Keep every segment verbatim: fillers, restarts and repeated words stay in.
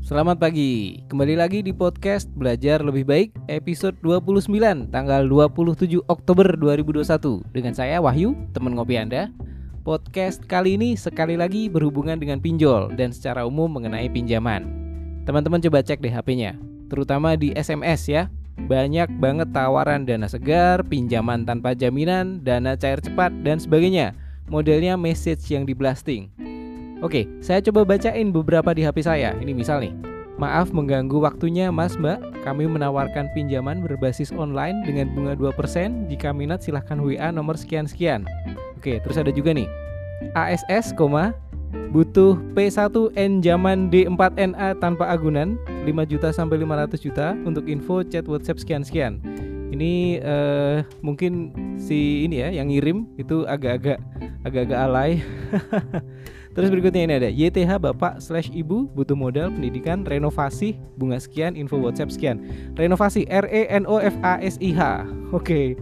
Selamat pagi, kembali lagi di podcast Belajar Lebih Baik episode dua puluh sembilan tanggal dua puluh tujuh Oktober dua ribu dua puluh satu. Dengan saya Wahyu, teman ngopi Anda. Podcast kali ini sekali lagi berhubungan dengan pinjol dan secara umum mengenai pinjaman. Teman-teman coba cek deh H P-nya, terutama di S M S ya. Banyak banget tawaran dana segar, pinjaman tanpa jaminan, dana cair cepat, dan sebagainya. Modelnya message yang di blasting. Oke, saya coba bacain beberapa di H P saya. Ini misal nih. Maaf mengganggu waktunya Mas Mbak. Kami menawarkan pinjaman berbasis online dengan bunga dua persen. Jika minat silahkan W A nomor sekian-sekian. Oke, terus ada juga nih. A S S, butuh P satu N zaman D empat N A tanpa agunan lima juta sampai lima ratus juta untuk info chat WhatsApp sekian-sekian. Ini uh, mungkin si ini ya yang ngirim itu agak-agak agak-agak alay. Terus berikutnya ini ada Y T H Bapak slash Ibu butuh modal pendidikan renovasi bunga sekian info WhatsApp sekian. Renovasi R E N O F A S I H. Oke.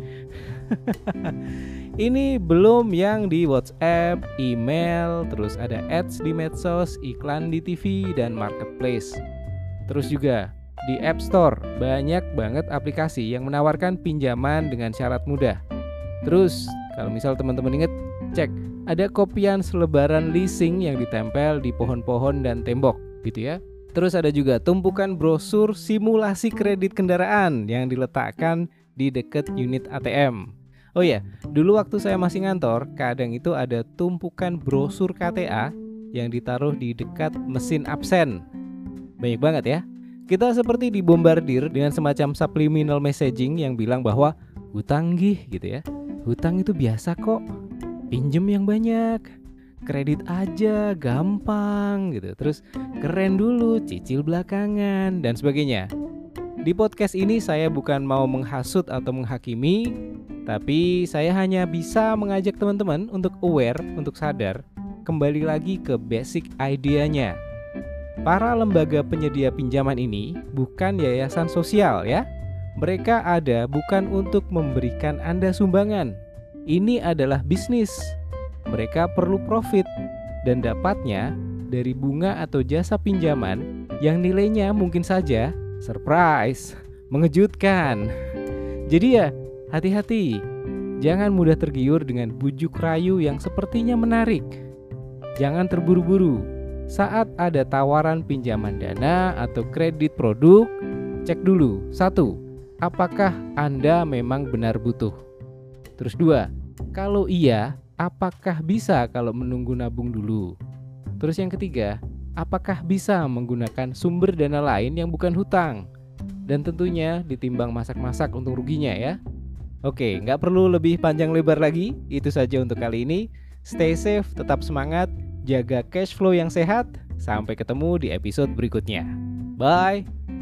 Ini belum yang di WhatsApp, email, terus ada ads di medsos, iklan di T V dan marketplace. Terus juga di App Store banyak banget aplikasi yang menawarkan pinjaman dengan syarat mudah. Terus kalau misal teman-teman ingat, cek ada kopian selebaran leasing yang ditempel di pohon-pohon dan tembok gitu ya. Terus ada juga tumpukan brosur simulasi kredit kendaraan yang diletakkan di dekat unit A T M. Oh ya, dulu waktu saya masih ngantor, kadang itu ada tumpukan brosur K T A yang ditaruh di dekat mesin absen. Banyak banget ya. Kita seperti dibombardir dengan semacam subliminal messaging yang bilang bahwa hutang gih gitu ya. Hutang itu biasa kok. Pinjem yang banyak, kredit aja, gampang gitu. Terus keren dulu, cicil belakangan dan sebagainya. Di podcast ini saya bukan mau menghasut atau menghakimi, tapi saya hanya bisa mengajak teman-teman untuk aware, untuk sadar, kembali lagi ke basic idenya. Para lembaga penyedia pinjaman ini bukan yayasan sosial ya. Mereka ada bukan untuk memberikan Anda sumbangan. Ini adalah bisnis. Mereka perlu profit dan dapatnya dari bunga atau jasa pinjaman yang nilainya mungkin saja surprise, mengejutkan. Jadi ya, hati-hati. Jangan mudah tergiur dengan bujuk rayu yang sepertinya menarik. Jangan terburu-buru. Saat ada tawaran pinjaman dana atau kredit produk, cek dulu. Satu, apakah Anda memang benar butuh? Terus dua, kalau iya, apakah bisa kalau menunggu nabung dulu? Terus yang ketiga, apakah bisa menggunakan sumber dana lain yang bukan hutang? Dan tentunya ditimbang masak-masak untung ruginya ya. Oke, nggak perlu lebih panjang lebar lagi. Itu saja untuk kali ini. Stay safe, tetap semangat, jaga cash flow yang sehat. Sampai ketemu di episode berikutnya. Bye!